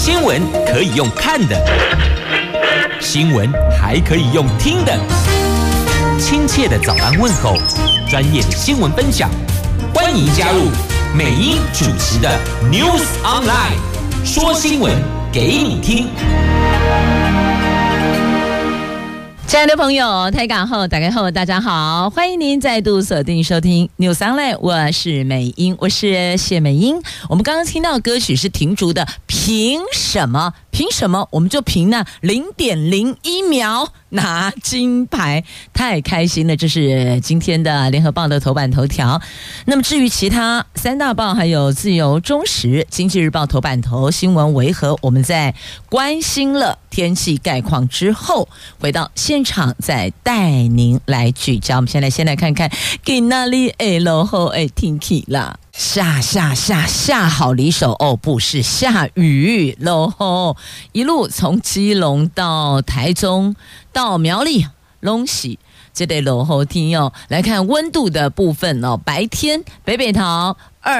新闻可以用看的，新闻还可以用听的。亲切的早安问候，专业的新闻分享，欢迎加入美英主持的 News Online， 说新闻给你听。 亲爱的朋友，台港后打开后，大家好，欢迎您再度锁定收听 News Online， 我是美英，我是谢美英。我们刚刚听到的歌曲是停竹的，凭什么？凭什么我们就凭那 0.01 秒拿金牌？太开心了！这是今天的联合报的头版头条。那么至于其他三大报还有自由、中时、经济日报头版头新闻为何，我们在关心了天气概况之后，回到现场再带您来聚焦。我们先来看看给哪里落雨天气啦。下好离手哦，不是下雨喽，一路从基隆到台中到苗栗拢是这类落雨天哦。来看温度的部分哦，白天北桃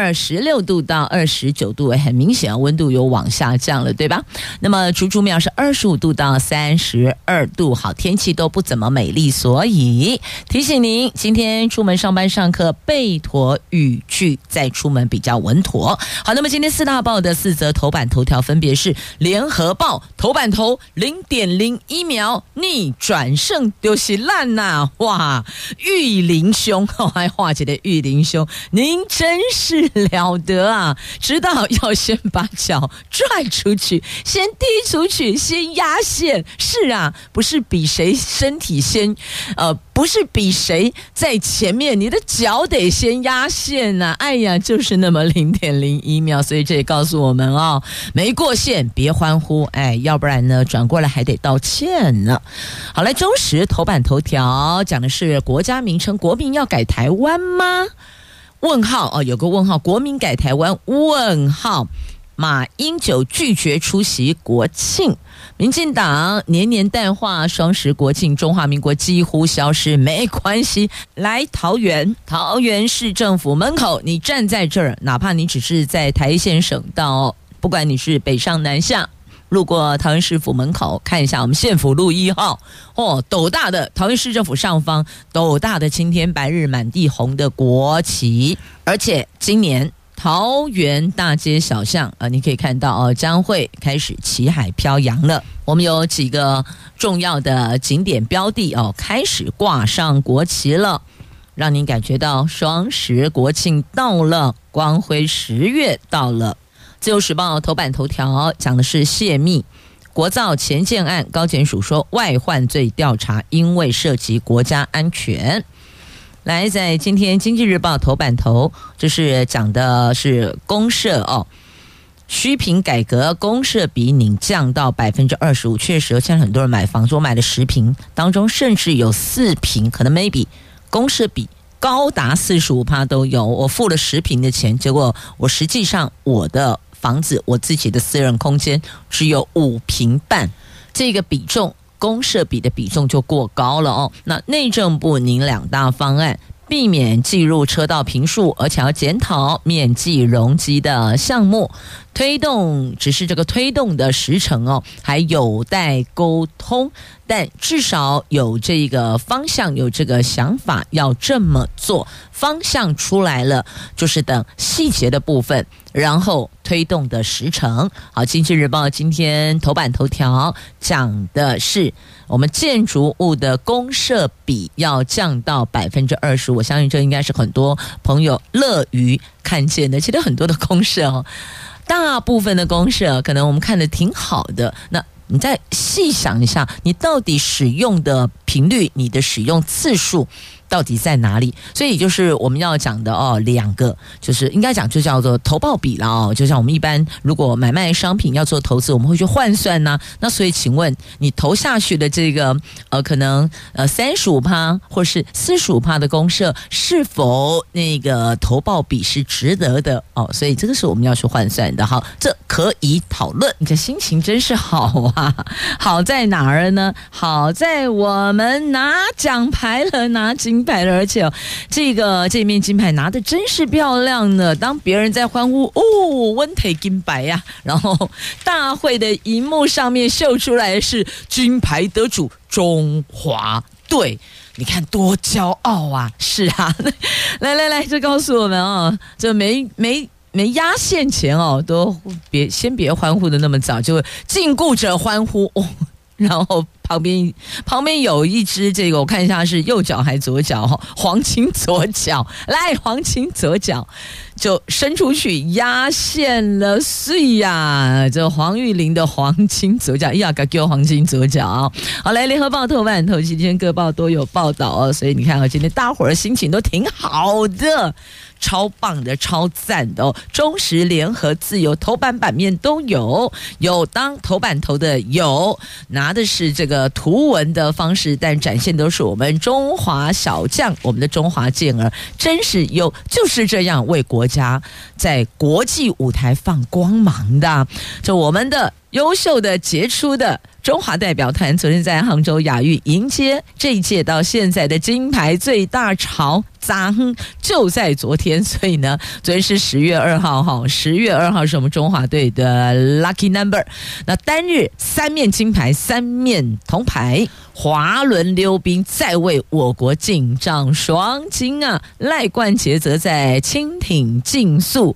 26度到29度，很明显温度有往下降了，对吧？那么竹苗是25度到32度，好，天气都不怎么美丽，所以提醒您今天出门上班上课备妥雨具，再出门比较稳妥。好，那么今天四大报的4则头版头条分别是联合报头版头 0.01 秒逆转胜就是烂呐，哇，玉林兄还画起的玉林兄，您真是了得啊，知道要先把脚拽出去，先踢出去，先压线。是啊，不是比谁身体先不是比谁在前面，你的脚得先压线啊。哎呀，就是那么 0.01 秒，所以这也告诉我们哦，没过线别欢呼，哎，要不然呢转过来还得道歉呢。好，来中时头版头条讲的是国家名称，国民要改台湾吗？问号哦，有个问号，国民改台湾？问号，马英九拒绝出席国庆，民进党年年淡化双十国庆，中华民国几乎消失，没关系。来桃园市政府门口，你站在这儿，哪怕你只是在台县省道，不管你是北上南下，路过桃园市府门口，看一下我们县府路1号哦，斗大的桃园市政府上方，斗大的青天白日满地红的国旗，而且今年桃园大街小巷你可以看到将会开始旗海飘扬了。我们有几个重要的景点标的开始挂上国旗了，让您感觉到双十国庆到了，光辉10月到了。自由时报头版头条讲的是泄密国造前建案，高检署说外患罪调查，因为涉及国家安全。来，在今天经济日报头版头，这是讲的是公社虚坪改革，公社比拟降到 25%， 确实现在很多人买房子，我买了10坪当中甚至有4坪，可能 maybe 公社比高达 45% 都有，我付了10坪的钱，结果我实际上我的房子，我自己的私人空间只有5坪半，这个比重公社比的比重就过高了哦。那内政部拟2大方案，避免计入车道坪数，而且要检讨免计容积的项目，推动只是这个推动的时程还有待沟通，但至少有这个方向，有这个想法要这么做，方向出来了，就是等细节的部分，然后推动的时程。好，经济日报今天头版头条讲的是我们建筑物的公设比要降到 25%， 我相信这应该是很多朋友乐于看见的。其实很多的公设大部分的公设可能我们看得挺好的，那你再细想一下，你到底使用的频率，你的使用次数到底在哪里？所以就是我们要讲的2个，就是应该讲就叫做投报比了就像我们一般如果买卖商品要做投资，我们会去换算呐。那所以请问你投下去的这个可能35% 或是45% 的公社，是否那个投报比是值得的所以这个是我们要去换算的。好，这可以讨论。你的心情真是好啊！好在哪儿呢？好在我们们拿奖牌了，拿金牌了，而且这面金牌拿的真是漂亮呢。当别人在欢呼温体金牌呀，然后大会的荧幕上面秀出来的是金牌得主中华队。你看多骄傲啊！是啊，来，就告诉我们哦，这没压线前哦，都别欢呼的那么早，就禁锢者欢呼哦。然后旁边有一只这个，我看一下是右脚还左脚哈，黄金左脚，来黄金左脚就伸出去压线了，碎呀！这黄玉玲的黄金左脚，呀，给我黄金左脚。好，来，联合报头版头期今天各报都有报道哦，所以你看啊，今天大伙儿的心情都挺好的。超棒的，超赞的哦！中时、联合、自由头版版面都有当头版头的有，拿的是这个图文的方式，但展现都是我们中华小将，我们的中华健儿，真是就是这样为国家在国际舞台放光芒的，就我们的优秀的杰出的中华代表团昨天在杭州亚运迎接这一届到现在的金牌最大潮，就在昨天，所以呢，昨天是10月2号哈，10月2号是我们中华队的 lucky number。那单日3面金牌，3面铜牌，滑轮溜冰再为我国进账双金啊！赖冠杰则在轻艇竞速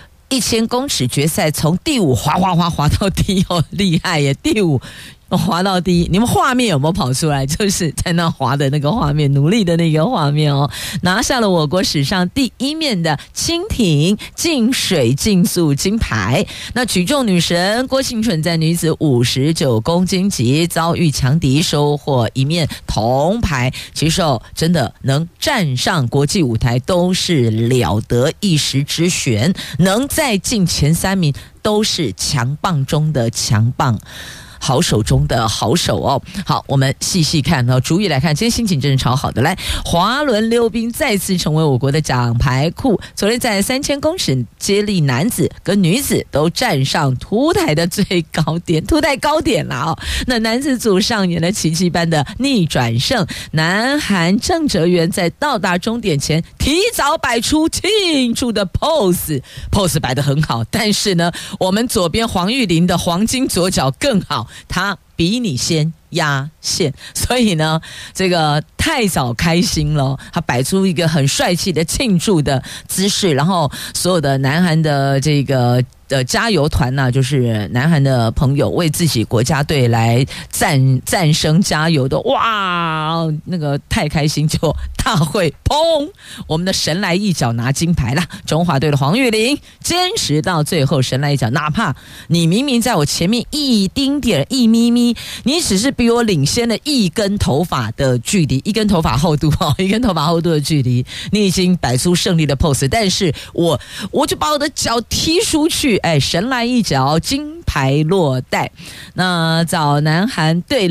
1000公尺决赛从第5滑到第一，厉害耶！第5滑到第一，你们画面有没有跑出来？就是在那滑的那个画面，努力的那个画面哦，拿下了我国史上第1面的轻艇竞水竞速金牌。那举重女神郭婞淳在女子59公斤级遭遇强敌，收获1面铜牌。其实真的能站上国际舞台都是了得一时之选，能再进前3名都是强棒中的强棒。好手中的好手哦。好，我们细细看哦，逐一来看，今天心情真是超好的。来，滑轮溜冰再次成为我国的奖牌库。昨天在3000公尺接力男子跟女子都站上凸台的最高点，凸台高点了哦。那男子组上演了奇迹般的逆转胜，南韩郑哲元在到达终点前提早摆出庆祝的 pose 摆得很好，但是呢，我们左边黄玉玲的黄金左脚更好。他比你先压线，所以呢，这个太早开心了，他摆出一个很帅气的庆祝的姿势，然后所有的南韩的这个加油团呢，就是南韩的朋友为自己国家队来赞声加油的，哇，那个太开心，就大会砰，我们的神来一脚拿金牌啦！中华队的黄玉玲坚持到最后，神来一脚，哪怕你明明在我前面一丁点一咪咪，你只是比我领先了1根头发的距离，1根头发厚度1根头发厚度的距离，你已经摆出胜利的 pose， 但是我就把我的脚踢出去。神来一脚，金牌落袋。那早南韩队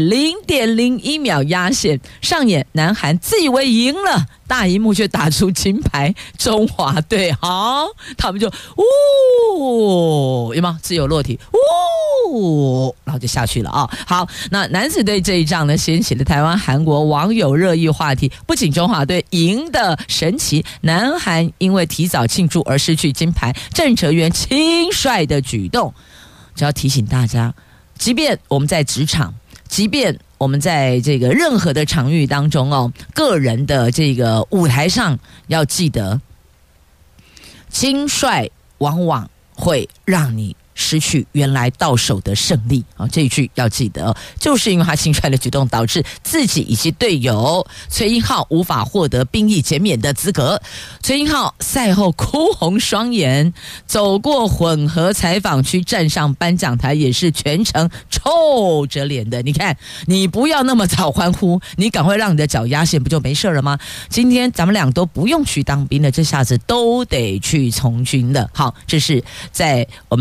0.01秒压线，上演南韩自以为赢了，大荧幕却打出金牌，中华队好，他们就有没有自由落体然后就下去了啊。好，那男子队这一仗呢，掀起了台湾韩国网友热议话题，不仅中华队赢得神奇，南韩因为提早庆祝而失去金牌，郑哲元轻率的举动，就要提醒大家，即便我们在职场，即便我们在这个任何的场域当中哦，个人的这个舞台上，要记得轻率往往会让你失去原来到手的胜利啊！这一句要记得，就是因为他轻率的举动，导致自己以及队友崔英浩无法获得兵役减免的资格。崔英浩赛后哭红双眼，走过混合采访区，站上颁奖台，也是全程臭着脸的。你看，你不要那么早欢呼，你赶快让你的脚压线，不就没事了吗？今天咱们俩都不用去当兵了，这下子都得去从军了。好，这是在我们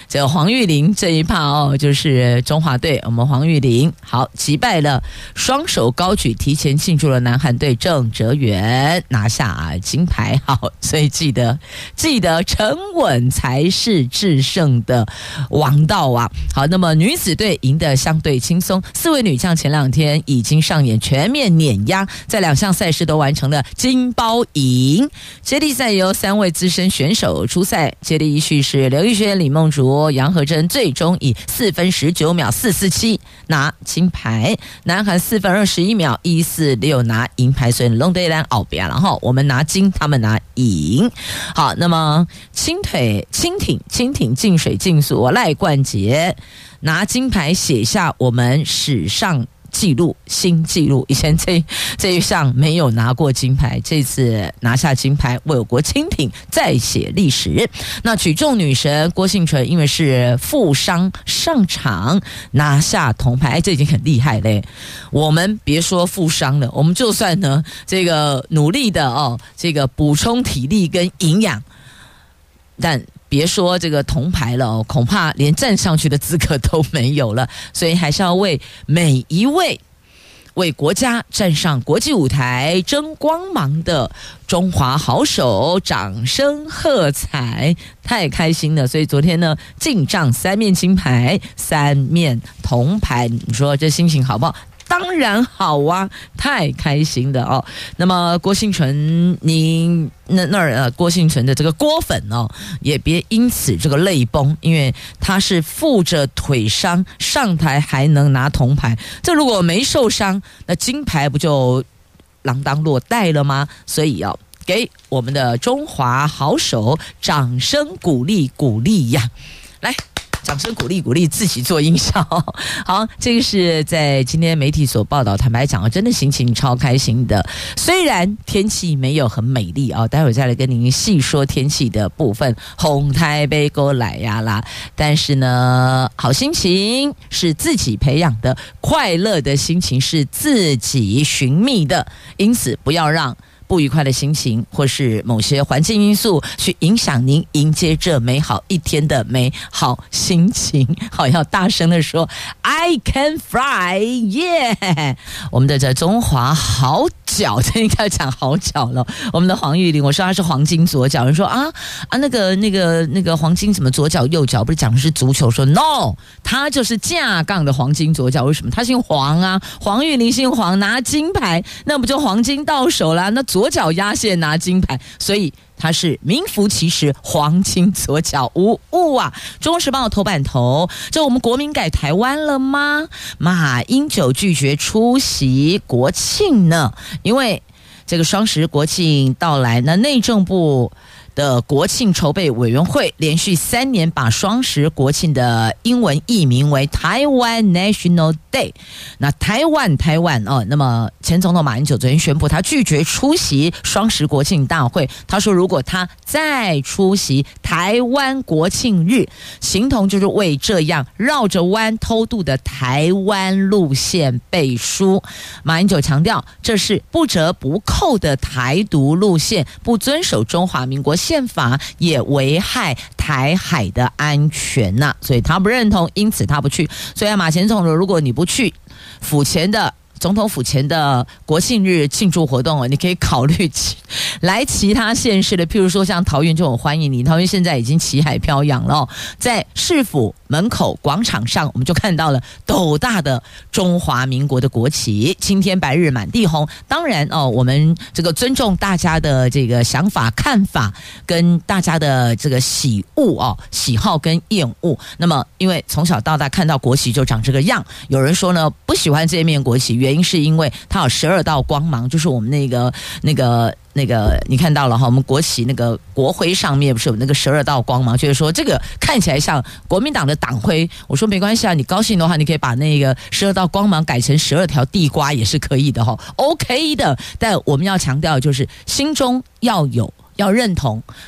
这个黄玉玲这一趴哦，就是中华队，我们黄玉玲好击败了，双手高举提前庆祝了南韩队郑哲元拿下金牌。好，所以记得沉稳才是制胜的王道啊。好，那么女子队赢得相对轻松，4位女将前2天已经上演全面碾压，在2项赛事都完成了金包银。接力赛由3位资深选手出赛，接力依序是刘玉轩、李梦竹、杨和珍，最终以4分19秒447拿金牌，南韩4分21秒146拿银牌，所以龙队兰奥比亚，然后我们拿金，他们拿银。好，那么轻艇进水竞速，赖冠杰拿金牌，写下我们史上纪录，新纪录。以前这一项没有拿过金牌，这次拿下金牌，为我国轻艇再写历史。那举重女神郭婞淳因为是负伤上场拿下铜牌，这已经很厉害嘞。我们别说负伤了，我们就算呢这个努力的这个补充体力跟营养，但别说这个铜牌了恐怕连站上去的资格都没有了。所以还是要为每一位为国家站上国际舞台争光芒的中华好手掌声喝彩，太开心了。所以昨天呢进账3面金牌3面铜牌，你说这心情好不好？当然好啊，太开心的哦。那么郭婞淳，您郭婞淳的这个郭粉也别因此这个泪崩，因为他是负着腿伤上台还能拿铜牌，这如果没受伤，那金牌不就锒铛落袋了吗？所以给我们的中华好手掌声鼓励呀！来。掌声鼓励自己做音效。好，这个是在今天媒体所报道，坦白讲真的心情超开心的。虽然天气没有很美丽待会再来跟您细说天气的部分，红台北过来呀啦，但是呢好心情是自己培养的，快乐的心情是自己寻觅的，因此不要让不愉快的心情或是某些环境因素去影响您迎接这美好一天的美好心情。好，要大声的说 I can fly yeah。 我们的这中华好脚，这应该讲好脚了。我们的黄玉玲，我说她是黄金左脚，人说那个黄金怎么左脚右脚，不是讲的是足球，说 no， 她就是架杠的黄金左脚。为什么？她姓黄啊，黄玉玲姓黄，拿金牌那不就黄金到手啦？那左脚压线拿金牌，所以他是名副其实黄金左脚无误啊！中国时报头版头，这我们国民改台湾了吗？马英九拒绝出席国庆呢，因为这个双十国庆到来，那内政部的国庆筹备委员会连续3年把双十国庆的英文译名为台湾 National Day。 那台湾那么前总统马英九昨天宣布他拒绝出席双十国庆大会，他说如果他再出席台湾国庆日，形同就是为这样绕着弯偷渡的台湾路线背书。马英九强调这是不折不扣的台独路线，不遵守中华民国宪法，也危害台海的安全呐，所以他不认同，因此他不去。所以马前总统，如果你不去总统府前的国庆日庆祝活动你可以考虑来其他县市的，譬如说像桃园就很欢迎你，桃园现在已经旗海飘扬了在市府门口广场上，我们就看到了斗大的中华民国的国旗，青天白日满地红。当然我们这个尊重大家的这个想法看法跟大家的这个喜好跟厌恶。那么因为从小到大看到国旗就长这个样，有人说呢不喜欢这面国旗，原因是因为它有12道光芒，就是我们那个你看到了我们国旗那个国徽上面不是有那个12道光芒，就是说这个看起来像国民党的党徽。我说没关系啊，你高兴的话你可以把那个12道光芒改成12条地瓜也是可以的OK 的。但我们要强调的就是心中要认同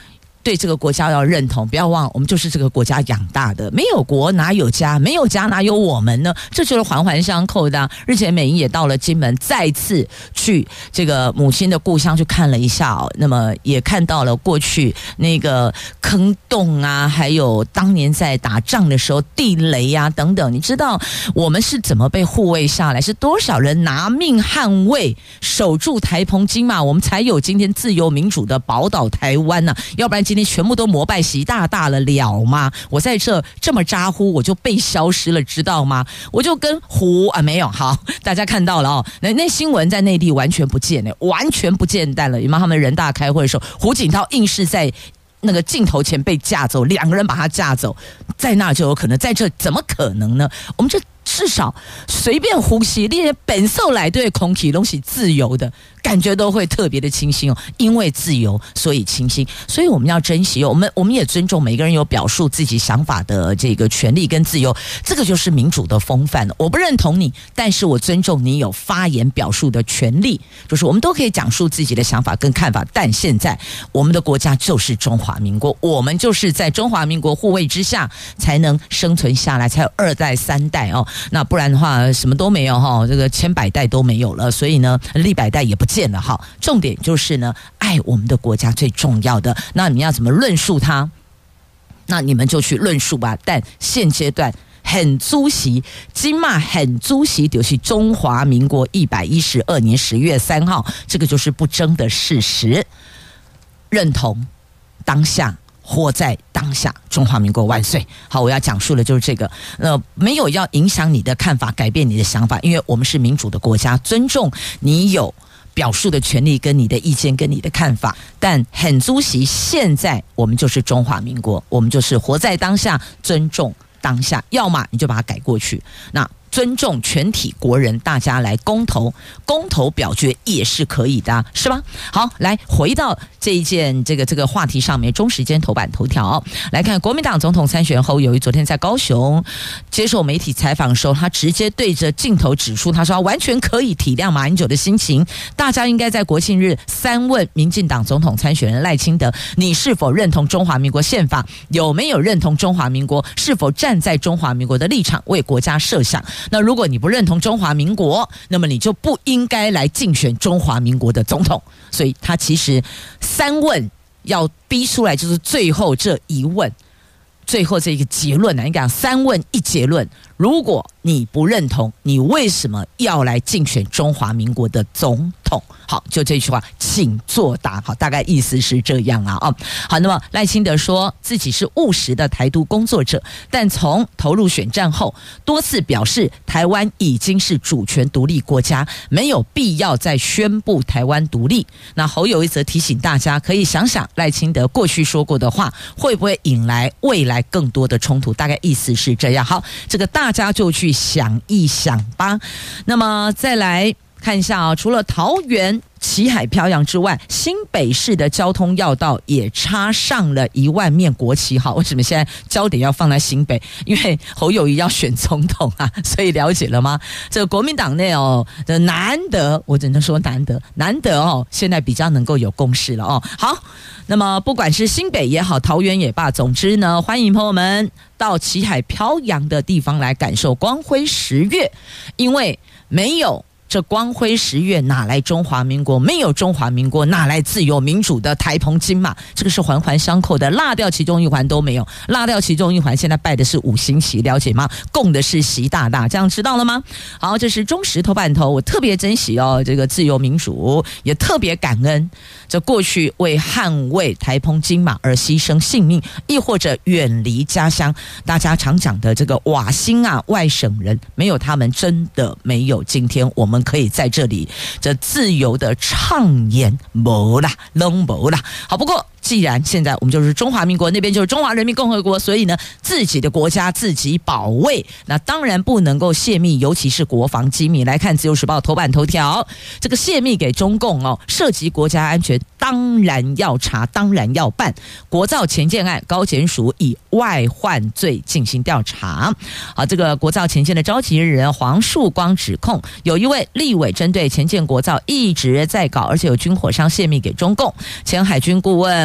对这个国家要认同，不要忘了，我们就是这个国家养大的，没有国哪有家，没有家哪有我们呢？这就是环环相扣的。日前美英也到了金门，再次去这个母亲的故乡去看了一下哦，那么也看到了过去那个坑洞啊，还有当年在打仗的时候地雷啊等等。你知道我们是怎么被护卫下来？是多少人拿命捍卫、守住台澎金马，我们才有今天自由民主的宝岛台湾呢？要不然今天全部都膜拜习大大了吗？我在这么咋呼，我就被消失了，知道吗？我就跟没有好，大家看到了哦，那新闻在内地完全不见了，完全不见弹了。有没有？他们人大开会的时候，胡锦涛硬是在那个镜头前被架走，2个人把他架走，在那就有可能，在这怎么可能呢？我们这至少随便呼吸，那些本受来对空气东西自由的感觉都会特别的清新哦，因为自由所以清新，所以我们要珍惜我们也尊重每个人有表述自己想法的这个权利跟自由，这个就是民主的风范。我不认同你，但是我尊重你有发言表述的权利，就是我们都可以讲述自己的想法跟看法。但现在我们的国家就是中华民国，我们就是在中华民国护卫之下才能生存下来，才有2代3代哦。那不然的话什么都没有哈，这个千百代都没有了，所以呢立百代也不见了哈。重点就是呢，爱我们的国家最重要的。那你要怎么论述它？那你们就去论述吧。但现阶段很主席，今嘛很主席就是中华民国112年10月3号，这个就是不争的事实。认同当下。活在当下，中华民国万岁！好，我要讲述的就是这个。没有要影响你的看法，改变你的想法，因为我们是民主的国家，尊重你有表述的权利，跟你的意见，跟你的看法。但很主席，现在我们就是中华民国，我们就是活在当下，尊重当下。要么你就把它改过去，那尊重全体国人，大家来公投表决也是可以的，是吧？好，来回到这一件这个话题上面，中时间头版头条来看，国民党总统参选侯友宜昨天在高雄接受媒体采访的时候，他直接对着镜头指出，他说完全可以体谅马英九的心情，大家应该在国庆日3问民进党总统参选人赖清德，你是否认同中华民国宪法？有没有认同中华民国？是否站在中华民国的立场为国家设想？那如果你不认同中华民国，那么你就不应该来竞选中华民国的总统。所以他其实3问要逼出来，就是最后这一问，最后这个结论你讲3问1结论。如果你不认同，你为什么要来竞选中华民国的总统？好，就这句话，请作答。好，大概意思是这样啊。好，那么赖清德说自己是务实的台独工作者，但从投入选战后，多次表示台湾已经是主权独立国家，没有必要再宣布台湾独立。那侯友宜则提醒大家，可以想想赖清德过去说过的话，会不会引来未来更多的冲突？大概意思是这样。好，这个大家就去想一想吧。那么再来看一下除了桃园旗海飘扬之外，新北市的交通要道也插上了1万面国旗。好，为什么现在焦点要放在新北？因为侯友宜要选总统啊，所以了解了吗？这个国民党内的难得，我只能说难得现在比较能够有共识了好，那么不管是新北也好，桃园也罢，总之呢，欢迎朋友们到旗海飘扬的地方来感受光辉10月，因为没有这光辉10月哪来中华民国？没有中华民国哪来自由民主的台澎金马？这个是环环相扣的，落掉其中一环都没有，落掉其中一环，现在拜的是5星旗，了解吗？供的是习大大，这样知道了吗？好，这是中时头版头，我特别珍惜这个自由民主，也特别感恩这过去为捍卫台澎金马而牺牲性命，亦或者远离家乡，大家常讲的这个瓦辛啊，外省人，没有他们真的没有今天我们可以在这里这自由的畅言，没啦，拢没啦。好，不过既然现在我们就是中华民国，那边就是中华人民共和国，所以呢，自己的国家自己保卫，那当然不能够泄密，尤其是国防机密。来看自由时报头版头条，这个泄密给中共涉及国家安全，当然要查，当然要办。国造前舰案，高检署以外患罪进行调查。好，这个国造前舰的召集人黄树光指控，有一位立委针对前舰国造一直在搞，而且有军火商泄密给中共。前海军顾问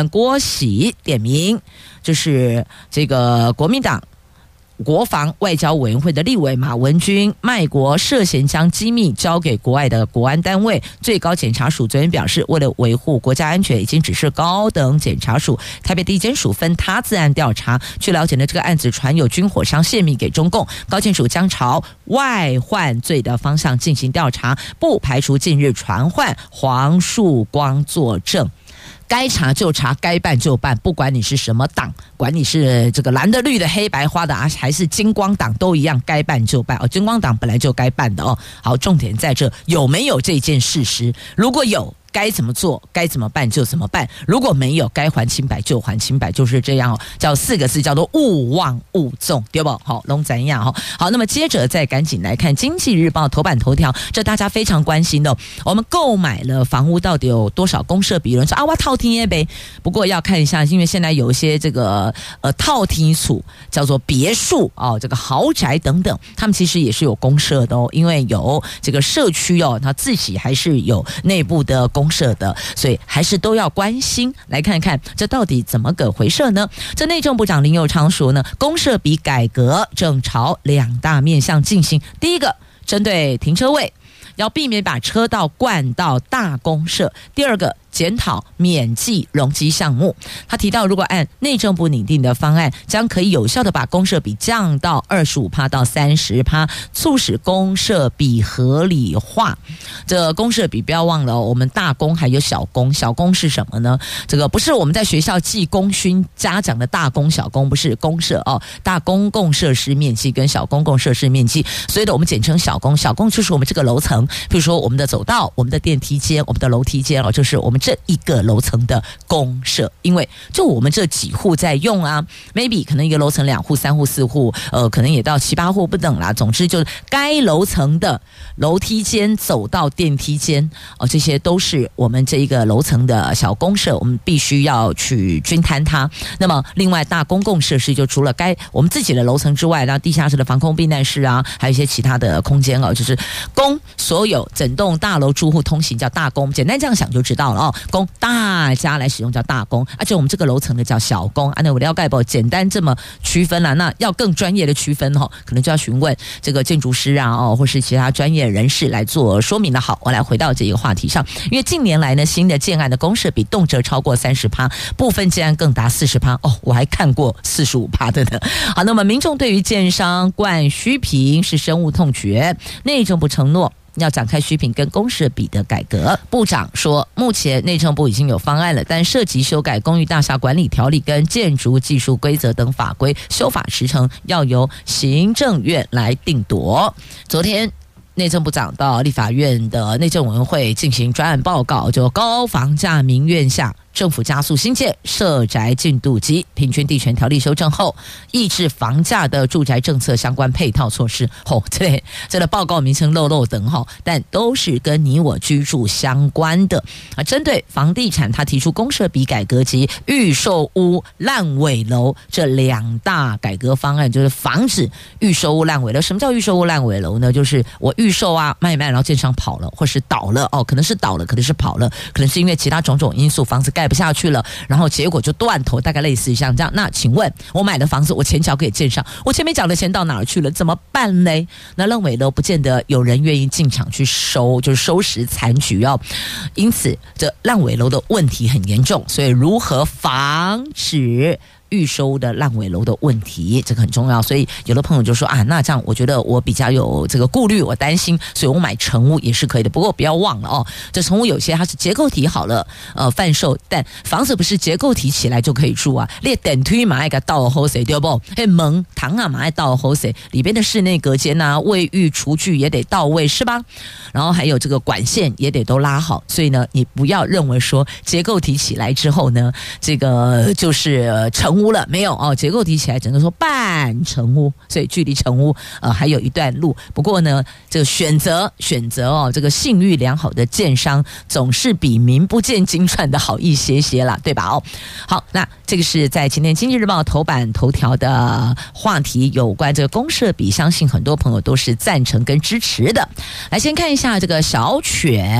院郭喜点名，就是这个国民党国防外交委员会的立委马文君卖国涉嫌将机密交给国外的国安单位。最高检察署昨天表示，为了维护国家安全，已经指示高等检察署台北地检署分他自案调查。据了解呢，这个案子传有军火商泄密给中共，高检署将朝外患罪的方向进行调查，不排除近日传唤黄树光作证。该查就查，该办就办，不管你是什么党，管你是这个蓝的、绿的、黑白花的还是金光党都一样，该办就办。金光党本来就该办的哦。好，重点在这，有没有这件事实？如果有，该怎么做，该怎么办就怎么办。如果没有，该还清白就还清白，就是这样哦。叫4个字，叫做勿忘勿纵，对不？好，龙怎样哦？好，那么接着再赶紧来看《经济日报》头版头条，这大家非常关心的、哦。我们购买了房屋到底有多少公设比？有人说啊，我套厅耶呗。不过要看一下，因为现在有一些这个套厅处叫做别墅哦，这个豪宅等等，他们其实也是有公设的哦，因为有这个社区哦，它自己还是有内部的公设的，所以还是都要关心。来看看这到底怎么个回事呢？这内政部长林右昌说呢，公设比改革正朝2大面向进行。第一个，针对停车位，要避免把车道灌到大公设；第二个，检讨免计容积项目。他提到，如果按内政部拟定的方案，将可以有效的把公设比降到 25% 到 30%， 促使公设比合理化。这公设比不要忘了、我们大公还有小公，小公是什么呢？这个不是我们在学校记功勋嘉奖的大公小公，不是公设哦，大公共设施面积跟小公共设施面积，所以的我们简称小公。小公就是我们这个楼层，比如说我们的走道、我们的电梯间、我们的楼梯间哦，就是我们这一个楼层的公设。因为就我们这几户在用啊 ，maybe 可能一个楼层2户、3户、4户，可能也到7、8户不等啦。总之就是该楼层的楼梯间、走道、电梯间哦，这些都是我们这一个楼层的小公设，我们必须要去均摊它。那么另外大公共设施就除了该我们自己的楼层之外，然后地下室的防空避难室啊，还有一些其他的空间哦，就是供所有整栋大楼住户通行叫大公。简单这样想就知道了哦，供大家来使用叫大公，而且我们这个楼层的叫小公。那我了解不？简单这么区分啦，那要更专业的区分哦，可能就要询问这个建筑师啊哦，或是其他专业人士来做说明的。好，我来回到这个话题上，因为近年来呢，新的建案的公设比动辄超过 30%， 部分建案更达 40%， 哦，我还看过 45% 的呢。好，那么民众对于建商灌虚评是深恶痛绝，内政部承诺要展开虚评跟公设比的改革。部长说，目前内政部已经有方案了，但涉及修改公寓大厦管理条例跟建筑技术规则等法规，修法时程要由行政院来定夺。昨天内政部长到立法院的内政委员会进行专案报告，就高房价民怨下，政府加速新建社宅进度及平均地权条例修正后，抑制房价的住宅政策相关配套措施。这个报告名称漏等但都是跟你我居住相关的。针对房地产，他提出公设比改革及预售屋烂尾楼这2大改革方案，就是防止预售屋烂尾楼。什么叫预售屋烂尾楼呢？就是我预售啊卖一卖，然后建商跑了，或是倒了哦，可能是倒了，可能是跑了，可能是因为其他种种因素，房子盖不下去了，然后结果就断头，大概类似像这样。那请问我买的房子，我钱缴给建商，我前面缴的钱到哪儿去了？怎么办呢？那烂尾楼不见得有人愿意进场去收，就是收拾残局哦。因此这烂尾楼的问题很严重，所以如何防止预收的烂尾楼的问题，这个很重要。所以有的朋友就说啊，那这样我觉得我比较有这个顾虑，我担心，所以我买成屋也是可以的。不过不要忘了哦，这成屋有些它是结构体好了贩售，但房子不是结构体起来就可以住啊。列电梯嘛，一个倒后谁对不？门堂啊嘛，倒后谁里边的室内隔间啊、卫浴、厨具也得到位，是吧？然后还有这个管线也得都拉好。所以呢，你不要认为说结构体起来之后呢，这个就是成屋了，没有哦，结构体起来只能说半成屋，所以距离成屋还有一段路。不过呢，这个选择哦，这个信誉良好的建商总是比名不见经传的好一些啦，对吧？哦，好，那这个是在今天《经济日报》头版头条的话题，有关这个公设比，相信很多朋友都是赞成跟支持的。来先看一下这个小犬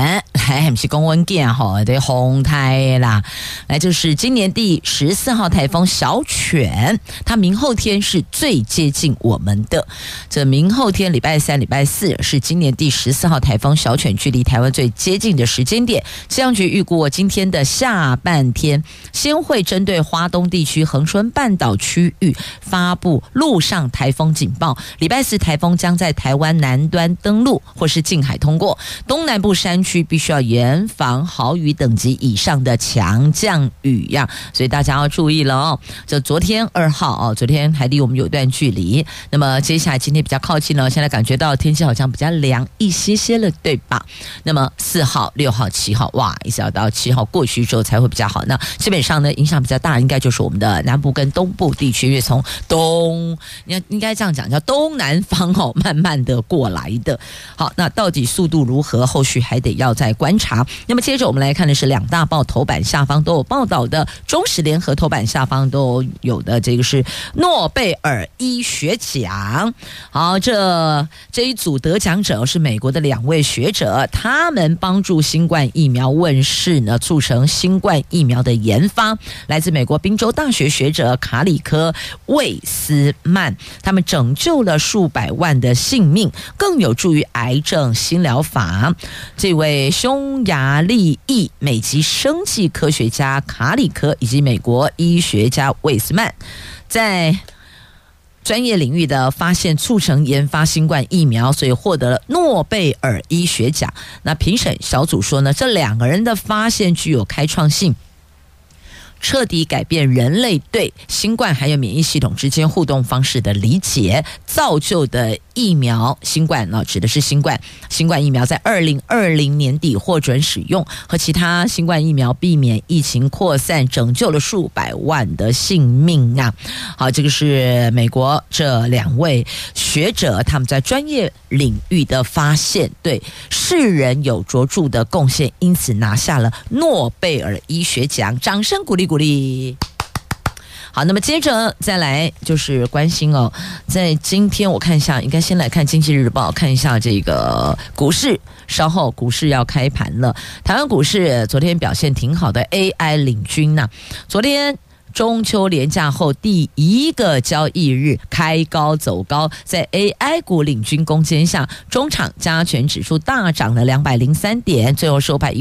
台不是公文件哈，对红台啦。来，就是今年第14号台风小犬，它明后天是最接近我们的。这明后天礼拜3、礼拜4是今年第14号台风小犬距离台湾最接近的时间点。气象局预估今天的下半天，先会针对花东地区、恒春半岛区域发布陆上台风警报。礼拜4台风将在台湾南端登陆或是近海通过，东南部山区必须要严防豪雨等级以上的强降雨呀，所以大家要注意了哦。这昨天2号哦，昨天还离我们有一段距离，那么接下来今天比较靠近了，现在感觉到天气好像比较凉一些些了，对吧？那么4号、6号、7号，哇，一直要到7号过去之后才会比较好。那基本上呢，影响比较大，应该就是我们的南部跟东部地区，因为从应该这样讲，叫东南方哦，慢慢的过来的。好，那到底速度如何？后续还得要再观察。那么接着我们来看的是2大报头版下方都有报道的，中时联合头版下方都有的，这个是诺贝尔医学奖。好，这一组得奖者是美国的2位学者，他们帮助新冠疫苗问世呢，促成新冠疫苗的研发。来自美国宾州大学学者卡里科魏斯曼，他们拯救了数百万的性命，更有助于癌症新疗法。这位匈牙利裔美籍生技科学家卡里科以及美国医学家魏斯曼，在专业领域的发现促成研发新冠疫苗，所以获得了诺贝尔医学奖。那评审小组说呢，这2个人的发现具有开创性，彻底改变人类对新冠还有免疫系统之间互动方式的理解，造就的疫苗新冠指的是新冠疫苗在2020年底获准使用，和其他新冠疫苗避免疫情扩散，拯救了数百万的性命啊！好，这个是美国这2位学者他们在专业领域的发现，对世人有卓著的贡献，因此拿下了诺贝尔医学奖，掌声鼓励鼓励。好，那么接着再来就是关心哦，在今天我看一下，应该先来看经济日报，看一下这个股市，稍后股市要开盘了。台湾股市昨天表现挺好的 ，AI 领军呐，昨天中秋连假后第1个交易日开高走高，在 AI 股领军攻坚下，中场加权指数大涨了203点，最后收盘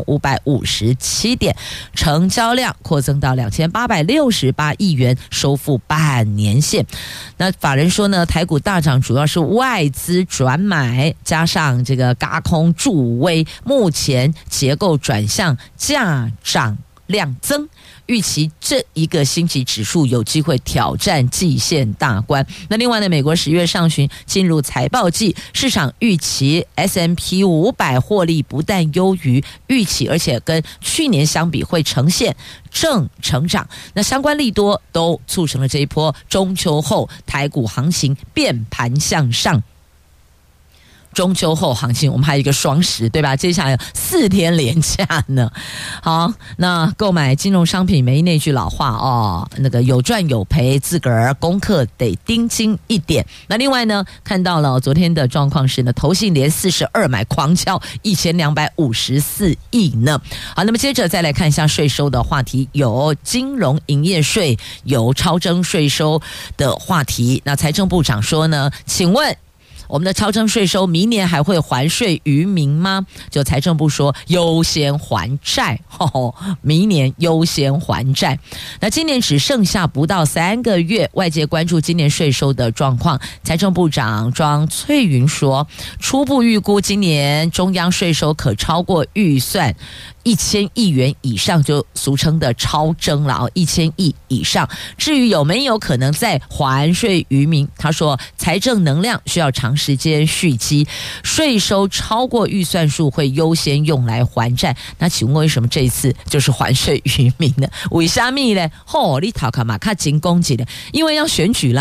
16557点，成交量扩增到2868亿元，收复半年线。那法人说呢，台股大涨主要是外资转买，加上这个軋空助威，目前结构转向价涨量增，预期这1个星期指数有机会挑战季线大关。那另外呢，美国10月上旬进入财报季，市场预期 S&P 500获利不但优于预期，而且跟去年相比会呈现正成长。那相关利多都促成了这一波中秋后台股行情变盘向上。中秋后行情，我们还有一个双10，对吧？接下来有4天连假呢。好，那购买金融商品没那句老话哦，那个有赚有赔，自个儿功课得盯紧一点。那另外呢，看到了昨天的状况是呢，投信连42买狂敲1254亿呢。好，那么接着再来看一下税收的话题，有金融营业税，有超征税收的话题。那财政部长说呢，请问我们的超征税收明年还会还税于民吗？就财政部说优先还债，明年优先还债。那今年只剩下不到3个月，外界关注今年税收的状况。财政部长庄翠云说，初步预估今年中央税收可超过预算1000亿元以上，就俗称的超征了，1000亿以上。至于有没有可能再还税于民，他说财政能量需要长时间蓄积，税收超过预算数会优先用来还债。那请问为什么这一次就是还税于民呢？为什么呢？你讨卡嘛卡金攻击的，因为要选举啦，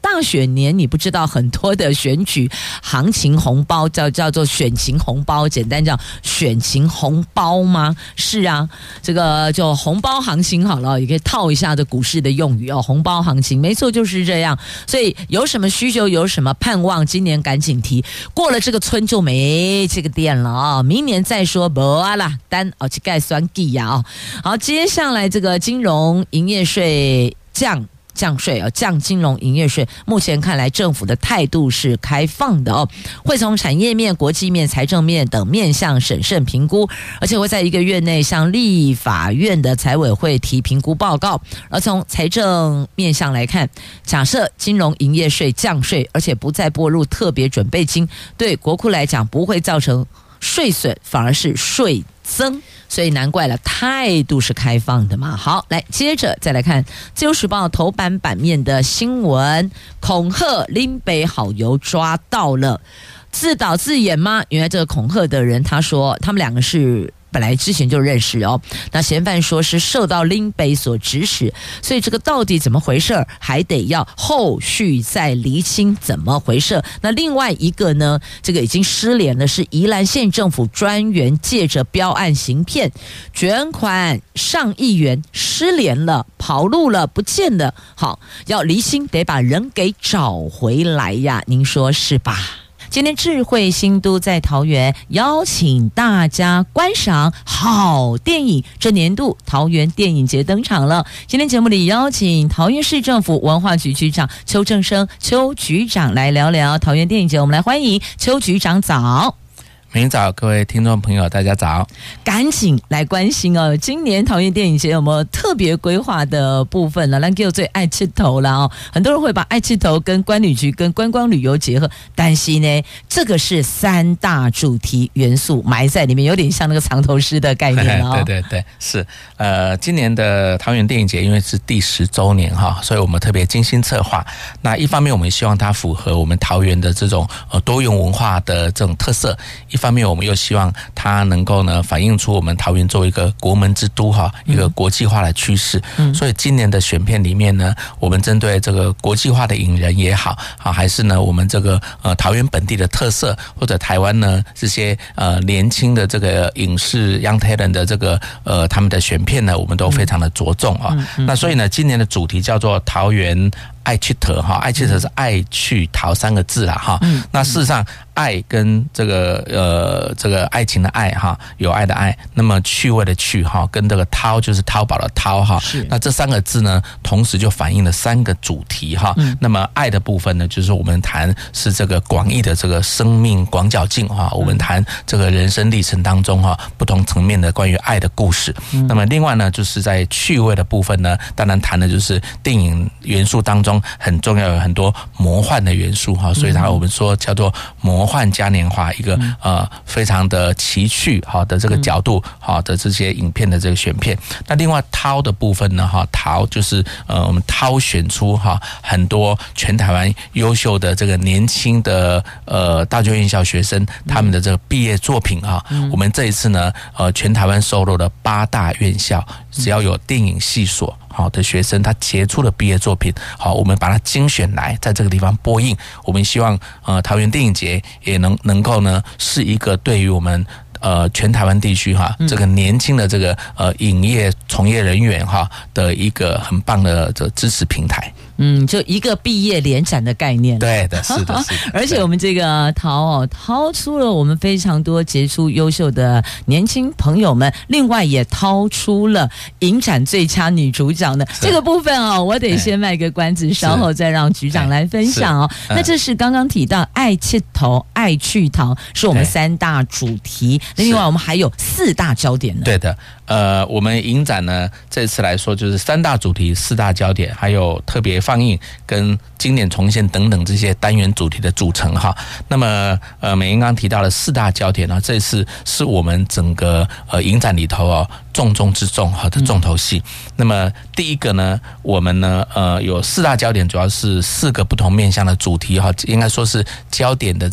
大选年你不知道很多的选举行情红包叫做选情红包，简单叫选情红包吗？是啊，这个就红包行情好了，也可以套一下的股市的用语哦，红包行情没错就是这样。所以有什么需求有什么盼望，今年赶紧提，过了这个村就没这个店了啊、明年再说不啦，单哦去盖酸计呀哦。好，接下来这个金融营业税降税哦，降金融营业税，目前看来政府的态度是开放的哦，会从产业面、国际面、财政面等面向审慎评估，而且会在1个月内向立法院的财委会提评估报告。而从财政面向来看，假设金融营业税降税，而且不再拨入特别准备金，对国库来讲不会造成税损，反而是税增，所以难怪了，态度是开放的嘛。好，来接着再来看自由时报头版版面的新闻，恐吓林北好友抓到了，自导自演吗？原来这个恐吓的人他说他们两个是本来之前就认识哦，那嫌犯说是受到林北所指使，所以这个到底怎么回事还得要后续再厘清怎么回事。那另外一个呢，这个已经失联了，是宜兰县政府专员借着标案行骗，卷款上亿元，失联了，跑路了，不见了。好，要厘清，得把人给找回来呀，您说是吧？今天智慧新都在桃园邀请大家观赏好电影，这年度桃园电影节登场了。今天节目里邀请桃园市政府文化局局长邱正生邱局长来聊聊桃园电影节，我们来欢迎邱局长早。 明早，各位听众朋友，大家早！ 赶紧来关心哦，今年桃园电影节有没有特别规划的部分呢？咱给我最爱吃头了哦，很多人会把爱吃头跟观旅局跟观光旅游结合，但是呢，这个是3大主题元素埋在里面，有点像那个藏头诗的概念哦。 对对对，是今年的桃园电影节因为是第10周年哈，所以我们特别精心策划。那一方面，我们希望它符合我们桃园的这种多元文化的这种特色。一方面我们又希望它能够呢反映出我们桃园作为一个国门之都哈，一个国际化的趋势。所以今年的选片里面呢，我们针对这个国际化的影人也好，还是呢我们这个桃园本地的特色，或者台湾呢这些年轻的这个影视 young talent 的这个他们的选片呢，我们都非常的着重啊。那所以呢，今年的主题叫做桃园爱去桃哈，爱去桃是爱去桃3个字啦哈。那事实上，爱跟这个爱情的爱哈，有爱的爱，那么趣味的趣哈，跟这个淘就是淘宝的淘哈。那这3个字呢，同时就反映了3个主题哈。那么爱的部分呢，就是我们谈是这个广义的这个生命广角镜哈，我们谈这个人生历程当中哈，不同层面的关于爱的故事。那么另外呢，就是在趣味的部分呢，当然谈的就是电影元素当中很重要有很多魔幻的元素哈，所以我们说叫做魔幻嘉年华，一个非常的奇趣好的这个角度好的这些影片的这个选片。那另外淘的部分呢哈，淘就是我们挑选出哈很多全台湾优秀的这个年轻的大专院校学生他们的这个毕业作品哈。我们这一次呢全台湾收录了8大院校，只要有电影系所好的学生，他杰出的毕业作品，好，我们把它精选来，在这个地方播映。我们希望桃园电影节也能够呢，是一个对于我们全台湾地区哈，这个年轻的这个影业从业人员哈的一个很棒的这支持平台。 就一个毕业联展的概念。 对的，是的，是的。 而且我们这个淘出了我们非常多杰出优秀的年轻朋友们，另外也掏出了影展最佳女主角的这个部分哦，我得先卖个关子，稍后再让局长来分享哦。那这是刚刚提到爱去头、爱去淘，是我们3大主题。另外我们还有4大焦点呢。 对的。我们影展呢，这次来说就是3大主题、4大焦点，还有特别放映跟经典重现等等这些单元主题的组成哈。那么美英刚提到了4大焦点呢，这次是我们整个影展里头哦重中之重哈的重头戏。那么第一个呢，我们呢有4大焦点，主要是4个不同面向的主题哈，应该说是焦点的这个影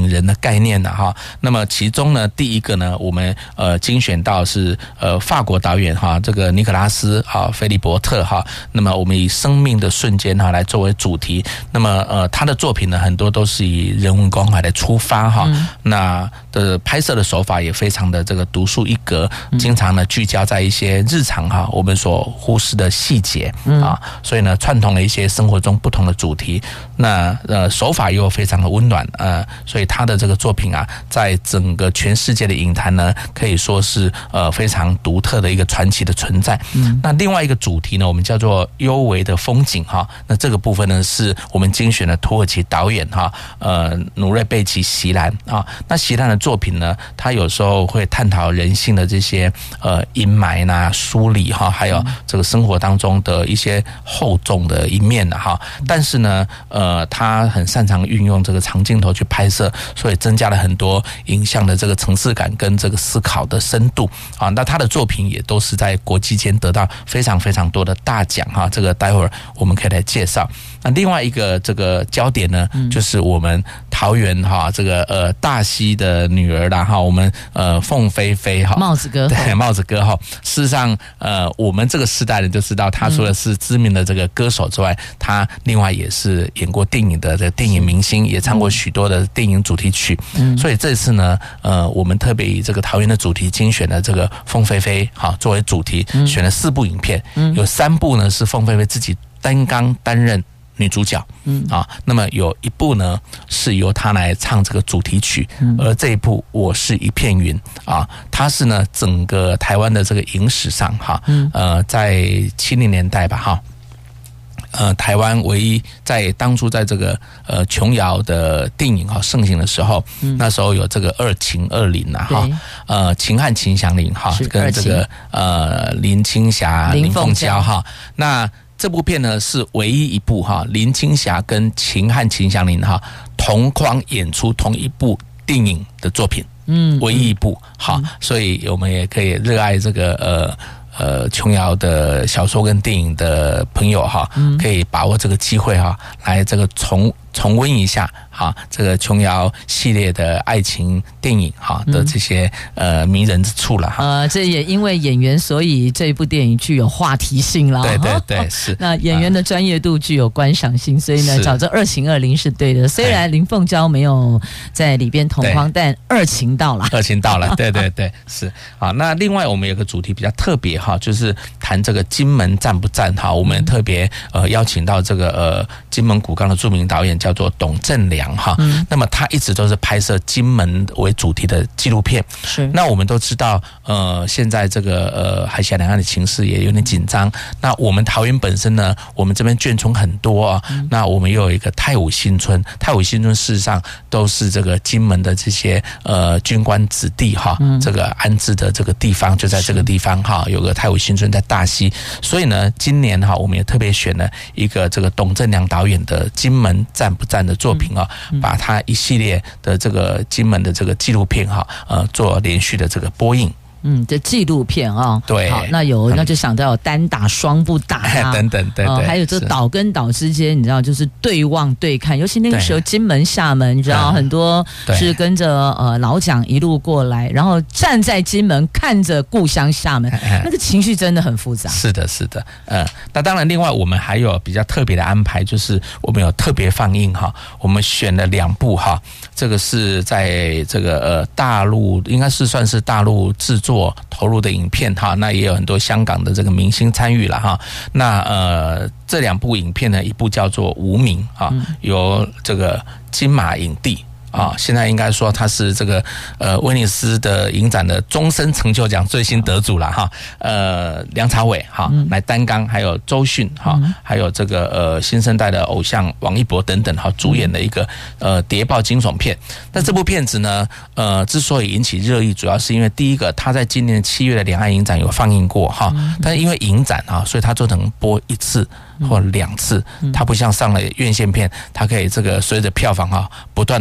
影人的概念哈。那么其中呢，第一个呢，我们精选到是法国导演哈，这个尼可拉斯哈菲利伯特哈。那么我们以生命的瞬间哈来作为主题。那么他的作品呢，很多都是以人文关怀来出发哈。那的拍摄的手法也非常的这个独树一格，经常呢聚焦在一些日常哈我们所忽视的细节啊，所以呢串通了一些生活中不同的主题。那手法又非常的温暖所以他的这个作品啊，在整个全世界的影坛呢，可以说是非常独特的一个传奇的存在。那另外一个主题呢，我们叫做幽微的风景哈。那这个部分呢，是我们精选的土耳其导演哈，努瑞贝奇席兰啊。那席兰的作品呢，他有时候会探讨人性的这些阴霾呐、疏离哈，还有这个生活当中的一些厚重的一面哈。但是呢，他很擅长运用这个长镜头去拍摄，所以增加了很多影像的这个层次感跟这个思考的深度啊。那他的作品也都是在国际间得到非常非常多的大奖哈。这个待会儿我们可以来介绍。那另外一个这个焦点呢，就是我们桃园哈这个大溪的女儿啦哈，我们凤飞飞哈， 帽子歌对帽子歌哈。事实上我们这个世代人就知道，他除了是知名的这个歌手之外，他另外也是演过电影的这个电影明星，也唱过许多的电影主题曲。所以这次呢，我们特别以这个桃园的主题精选了这个凤飞飞哈作为主题，选了4部影片，有3部呢是凤飞飞自己担任女主角那么有1部呢是由她来唱这个主题曲，而这一部《我是一片云》啊，它是呢整个台湾的这个影史上哈，在70年代吧哈。台湾唯一在当初在这个琼瑶的电影盛行的时候，那时候有这个2秦2林啊哈，秦汉秦祥林哈，跟这个林青霞、林凤娇哈，那这部片呢是唯一一部哈林青霞跟秦汉秦祥林哈同框演出同一部电影的作品，唯一一部好，所以我们也可以热爱这个琼瑶的小说跟电影的朋友哈，可以把握这个机会哈，来这个重温一下哈，这个琼瑶系列的爱情电影哈的这些迷人之处了哈。 这也因为演员，所以这一部电影具有话题性了。 对对对，是。 那演员的专业度具有观赏性，所以呢，找这2秦2林是对的。虽然林凤娇没有在里边同框，但2秦到了。2 秦到了，对对对，是。好，那另外我们有个主题比较特别哈，就是谈这个金门赞不赞哈。我们特别邀请到这个金门古冈的著名导演叫做董正良哈。那么他一直都是拍摄金门为主题的纪录片。是。那我们都知道现在这个海峡两岸的情势也有点紧张。那我们桃园本身呢，我们这边眷村很多啊。那我们又有一个太武新村，太武新村事实上都是这个金门的这些军官子弟哈，这个安置的这个地方就在这个地方哈，有个太武新村在大溪。所以呢，今年哈我们也特别选了一个这个董正良导演的金门赞不赞的作品啊，把他一系列的这个金门的这个纪录片哈，做连续的这个播映。 这纪录片啊， 对， 好，那就想到有单打双不打等等，对对， 还有这岛跟岛之间，你知道，就是对望对看，尤其那个时候金门厦门，你知道很多是跟着老蒋一路过来，然后站在金门看着故乡厦门，那个情绪真的很复杂。 是的，是的，那当然，另外我们还有比较特别的安排，就是我们有特别放映哈，我们选了2部哈，这个是在这个大陆，应该是算是大陆制作投入的影片哈，那也有很多香港的这个明星参与了哈。那这2部影片呢，一部叫做《无名》啊，由这个金马影帝。现在应该说他是这个威尼斯的影展的终身成就奖最新得主了哈。梁朝伟哈来担纲，还有周迅哈，还有这个新生代的偶像王一博等等哈，主演的一个谍报惊悚片。那这部片子呢，之所以引起热议，主要是因为第一个，他在今年7月的两岸影展有放映过哈，但是因为影展啊，所以他就能播1次或2次，它不像上了院线片，它可以这个随着票房哈不断的延长。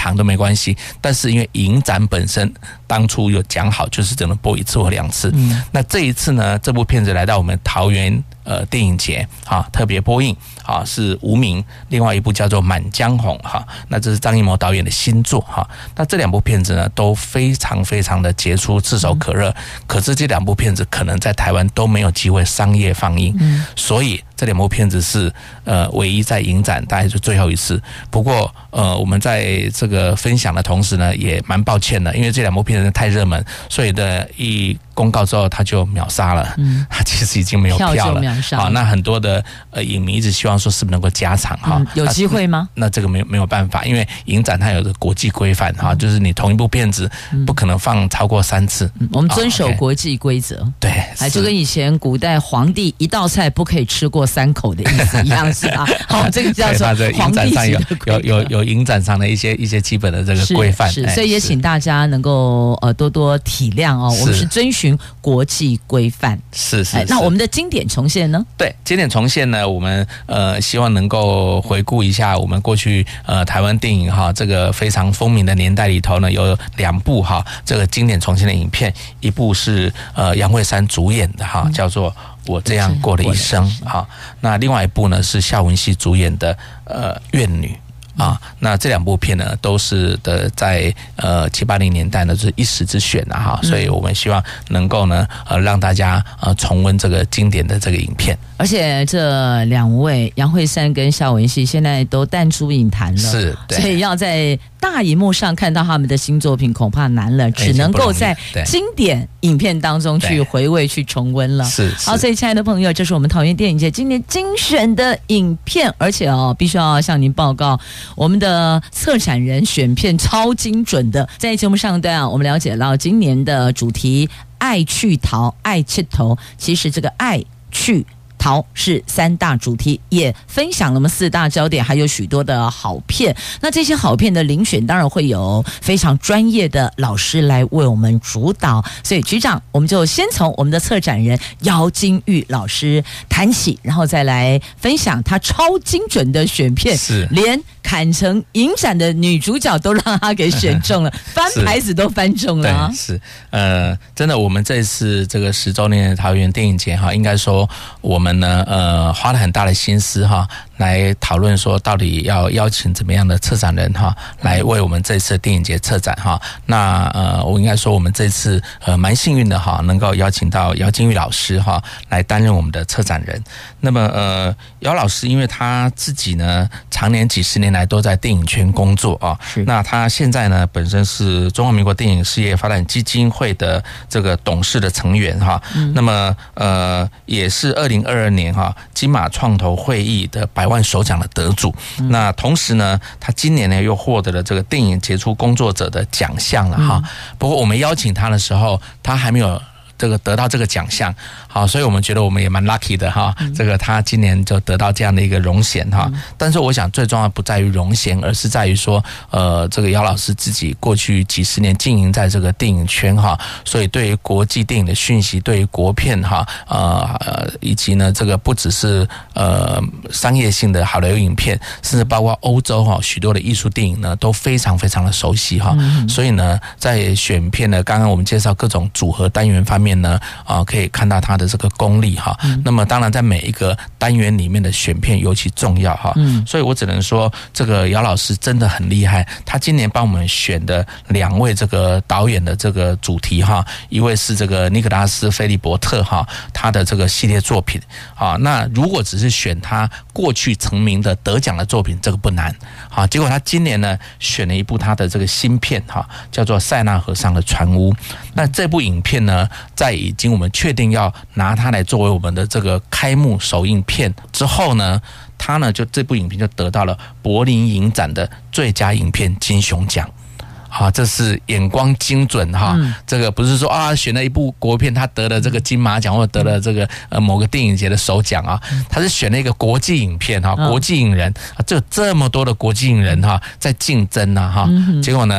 长都没关系，但是因为影展本身当初有讲好，就是只能播1次或2次。那这一次呢，这部片子来到我们桃园电影节特别播映是无名，另外一部叫做《满江红》那这是张艺谋导演的新作那这2部片子呢都非常非常的杰出，炙手可热。可是这2部片子可能在台湾都没有机会商业放映，所以这2部片子是唯一在影展，大概是最后一次。不过我们在这个分享的同时呢，也蛮抱歉的，因为这2部片子太热门，所以的一公告之后他就秒杀了，他其实已经没有票了。好，那很多的影迷一直希望说是不是能够加场有机会吗？ 那这个没有办法，因为影展它有个国际规范就是你同一部片子不可能放超过3次。 我们遵守国际规则， 对， 就跟以前古代皇帝一道菜不可以吃过3口的意思一样，是吧？好，这个叫做皇帝级的规则。 有影展上的一些基本的这个规范， 是，所以也请大家能够多多体谅我们是遵循国际规范。 是。 那我们的经典重现呢？ 对，经典重现呢，我们希望能够回顾一下我们过去台湾电影这个非常风靡的年代里头呢，有2部这个经典重现的影片，一部是杨惠姗主演的叫做《我这样过了一生》那另外一部呢是夏文汐主演的怨女。那这2部片呢，都是在7、80年代呢，就是一时之选所以我们希望能够呢，让大家重温这个经典的这个影片。 而且这2位杨惠姗跟夏文汐现在都淡出影坛了， 是，对， 所以要在大荧幕上看到他们的新作品恐怕难了，只能够在经典影片当中去回味、去重温了。 是。 好，所以亲爱的朋友，这是我们桃园电影节今年精选的影片，而且必须要向您报告，我们的策展人选片超精准的。在节目上段我们了解到今年的主题爱去逃爱切头，其实这个爱去逃是3大主题，也分享了我们4大焦点，还有许多的好片。那这些好片的遴选当然会有非常专业的老师来为我们主导，所以局长我们就先从我们的策展人姚金玉老师谈起，然后再来分享他超精准的选片， 是连坎城影展的女主角都让他给选中了，翻牌子都翻中了对，是真的，我们这次这个10周年的桃园电影节应该说我们呢花了很大的心思来讨论说到底要邀请怎么样的策展人来为我们这次电影节策展那我应该说我们这次蛮幸运的能够邀请到姚金玉老师来担任我们的策展人。那么姚老师因为他自己呢常年几十年来都在电影圈工作那他现在呢本身是中华民国电影事业发展基金会的这个董事的成员那么也是2022年金马创投会议的100万首奖的得主。那同时呢他今年呢又获得了这个电影杰出工作者的奖项了不过我们邀请他的时候他还没有这个得到这个奖项，好，所以我们觉得我们也蛮 lucky 的这个他今年就得到这样的一个荣衔但是我想最重要不在于荣衔，而是在于说这个姚老师自己过去几十年经营在这个电影圈所以对于国际电影的讯息，对于国片以及呢这个不只是商业性的好莱坞影片，甚至包括欧洲许多的艺术电影呢都非常非常的熟悉所以呢在选片呢，刚刚我们介绍各种组合单元方面呢可以看到他的这个功力那么当然在每一个单元里面的选片尤其重要所以我只能说这个姚老师真的很厉害，他今年帮我们选的2位这个导演的这个主题一位是这个尼可拉斯·菲利伯特他的这个系列作品那如果只是选他过去成名的得奖的作品，这个不难结果他今年呢选了一部他的这个新片叫做《塞纳河上的船屋》。那这部影片呢在已经我们确定要拿它来作为我们的这个开幕首映片之后呢，他呢就这部影片就得到了柏林影展的最佳影片金熊奖这是眼光精准这个不是说选了一部国片他得了这个金马奖或者得了这个某个电影节的首奖他是选了一个国际影片国际影人就这么多的国际影人在竞争结果呢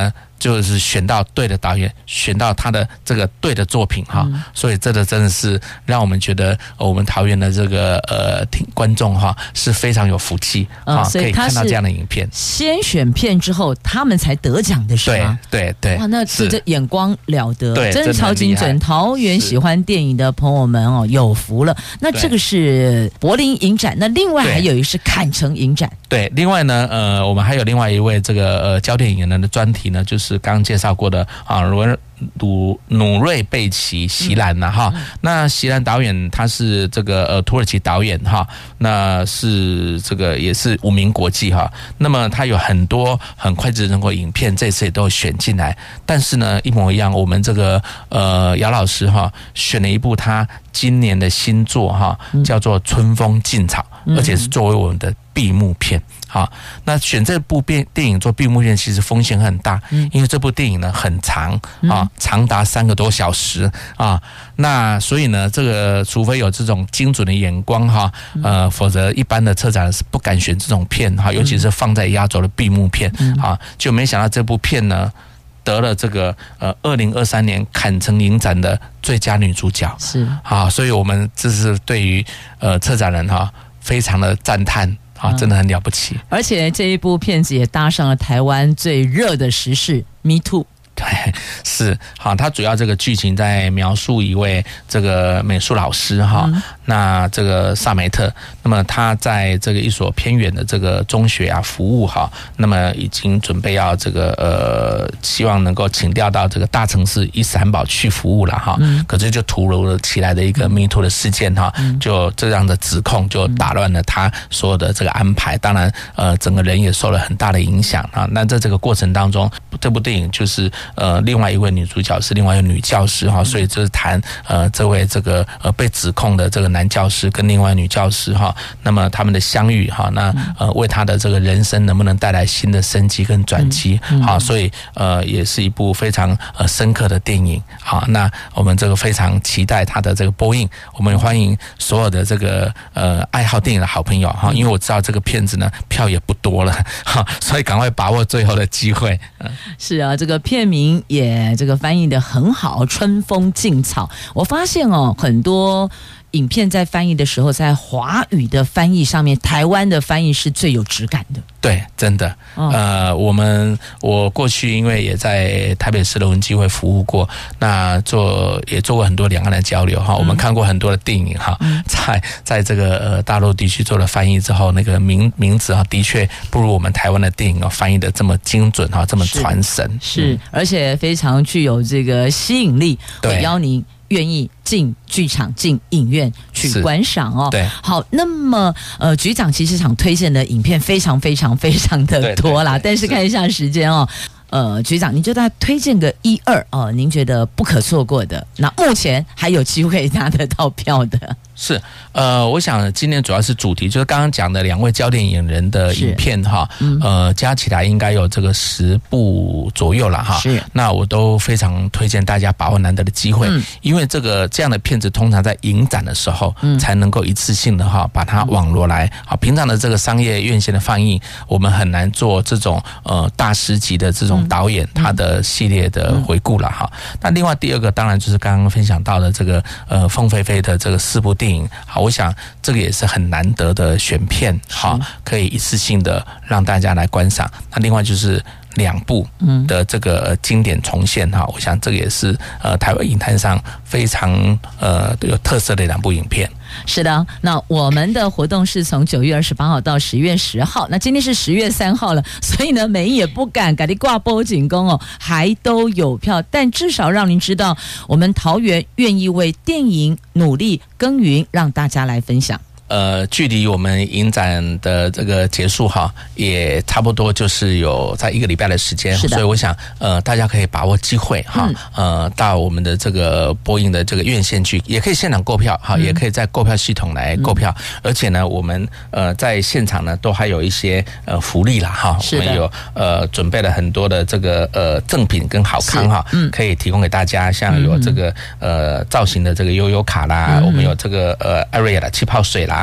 就是选到对的导演，选到他的这个对的作品哈，所以这个真的是让我们觉得我们桃园的这个观众哈是非常有福气啊，可以看到这样的影片。 先选片之后，他们才得奖的是吗？ 对， 哇，那这眼光了得， 对， 真的超精准。桃园喜欢电影的朋友们哦，有福了。那这个是柏林影展，那另外还有一个是坎城影展。 对，另外呢，我们还有另外一位这个焦点影人的专题呢，就是刚刚介绍过的啊，努瑞贝奇席兰呐哈。那席兰导演他是这个土耳其导演哈，那是这个也是无名国际哈。那么他有很多很脍炙人口影片，这次也都选进来。但是呢，一模一样，我们这个姚老师哈选了一部他今年的新作哈，叫做《春风劲草》，而且是作为我们的闭幕片。好，那选这部电影做闭幕片其实风险很大，因为这部电影呢很长啊，长达3个多小时啊。那所以呢，这个除非有这种精准的眼光哈，否则一般的策展人是不敢选这种片哈，尤其是放在压轴的闭幕片啊。就没想到这部片呢得了这个2023年坎城影展的最佳女主角， 是啊，所以我们这是对于策展人哈非常的赞叹。啊，真的很了不起！ 而且这一部片子也搭上了台湾最热的时事 ，Me Too。 对，是好，它主要这个剧情在描述一位这个美术老师哈，那这个萨梅特，那么他在这个一所偏远的这个中学啊服务哈，那么已经准备要这个希望能够请调到这个大城市伊斯坦堡去服务了哈，可是就突如了起来的一个 Me Too 的事件哈，就这样的指控就打乱了他所有的这个安排，当然整个人也受了很大的影响啊。那在这个过程当中，这部电影就是另外一位女主角是另外一个女教师哈，所以就是谈这位这个被指控的这个男教师跟另外女教师哈，那么他们的相遇哈，那为他的这个人生能不能带来新的生机跟转机好，所以也是一部非常深刻的电影好，那我们这个非常期待它的这个播映，我们也欢迎所有的这个爱好电影的好朋友哈，因为我知道这个片子呢票也不多了哈，所以赶快把握最后的机会。 是啊，这个片名也这个翻译的很好，春风劲草。我发现哦，很多影片在翻译的时候，在华语的翻译上面，台湾的翻译是最有质感的。 对，真的。我过去因为也在台北市的文基会服务过，那也做过很多两岸的交流哈。我们看过很多的电影哈，在这个大陆地区做了翻译之后，那个名字啊，的确不如我们台湾的电影翻译的这么精准哈，这么传神。 是，而且非常具有这个吸引力，会邀您愿意进剧场、进影院去观赏哦。 对， 好，那么局长其实想推荐的影片非常非常非常的多啦，但是看一下时间哦。局长，您就大概推荐个1、2哦，您觉得不可错过的，那目前还有机会拿得到票的。 是，我想今年主要是主题，就是刚刚讲的2位焦点影人的影片哈，加起来应该有这个10部左右了哈。是，那我都非常推荐大家把握难得的机会，因为这样的片子通常在影展的时候，才能够一次性的哈把它网罗来。好，平常的这个商业院线的放映，我们很难做这种大师级的这种导演他的系列的回顾了哈。那另外第2个当然就是刚刚分享到的这个凤飞飞的这个4部电影，好，我想这个也是很难得的选片，好，可以一次性的让大家来观赏。那另外就是2部的这个经典重现哈，我想这个也是台湾影坛上非常有特色的2部影片。 是的，那我们的活动是从9月28号到10月10号，那今天是10月3号了，所以呢，美英也不敢赶紧挂波警工哦，还都有票，但至少让您知道，我们桃园愿意为电影努力耕耘，让大家来分享。 距离我们影展的这个结束哈，也差不多就是有在1个礼拜的时间，所以我想大家可以把握机会哈，到我们的这个播映的这个院线去，也可以现场购票哈，也可以在购票系统来购票，而且呢，我们在现场呢都还有一些福利啦哈，我们有准备了很多的这个赠品跟好康哈，可以提供给大家，像有这个造型的这个悠悠卡啦，我们有这个Aria 的气泡水啦。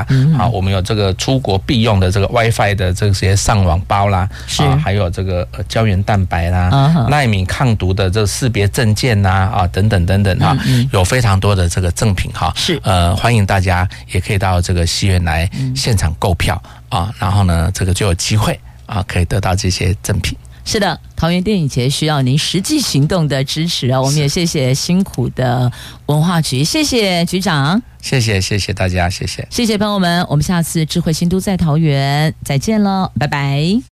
啦，我们有这个出国必用的这个 WiFi 的这些上网包啦，还有这个胶原蛋白啦，耐敏抗毒的这个识别证件啦，等等等等哈，有非常多的这个赠品哈， 是欢迎大家也可以到这个西园来现场购票然后呢，这个就有机会可以得到这些赠品。 是的，桃园电影节需要您实际行动的支持我们也谢谢辛苦的文化局，谢谢局长， 谢谢大家，谢谢朋友们，我们下次智慧新都在桃园再见了，拜拜。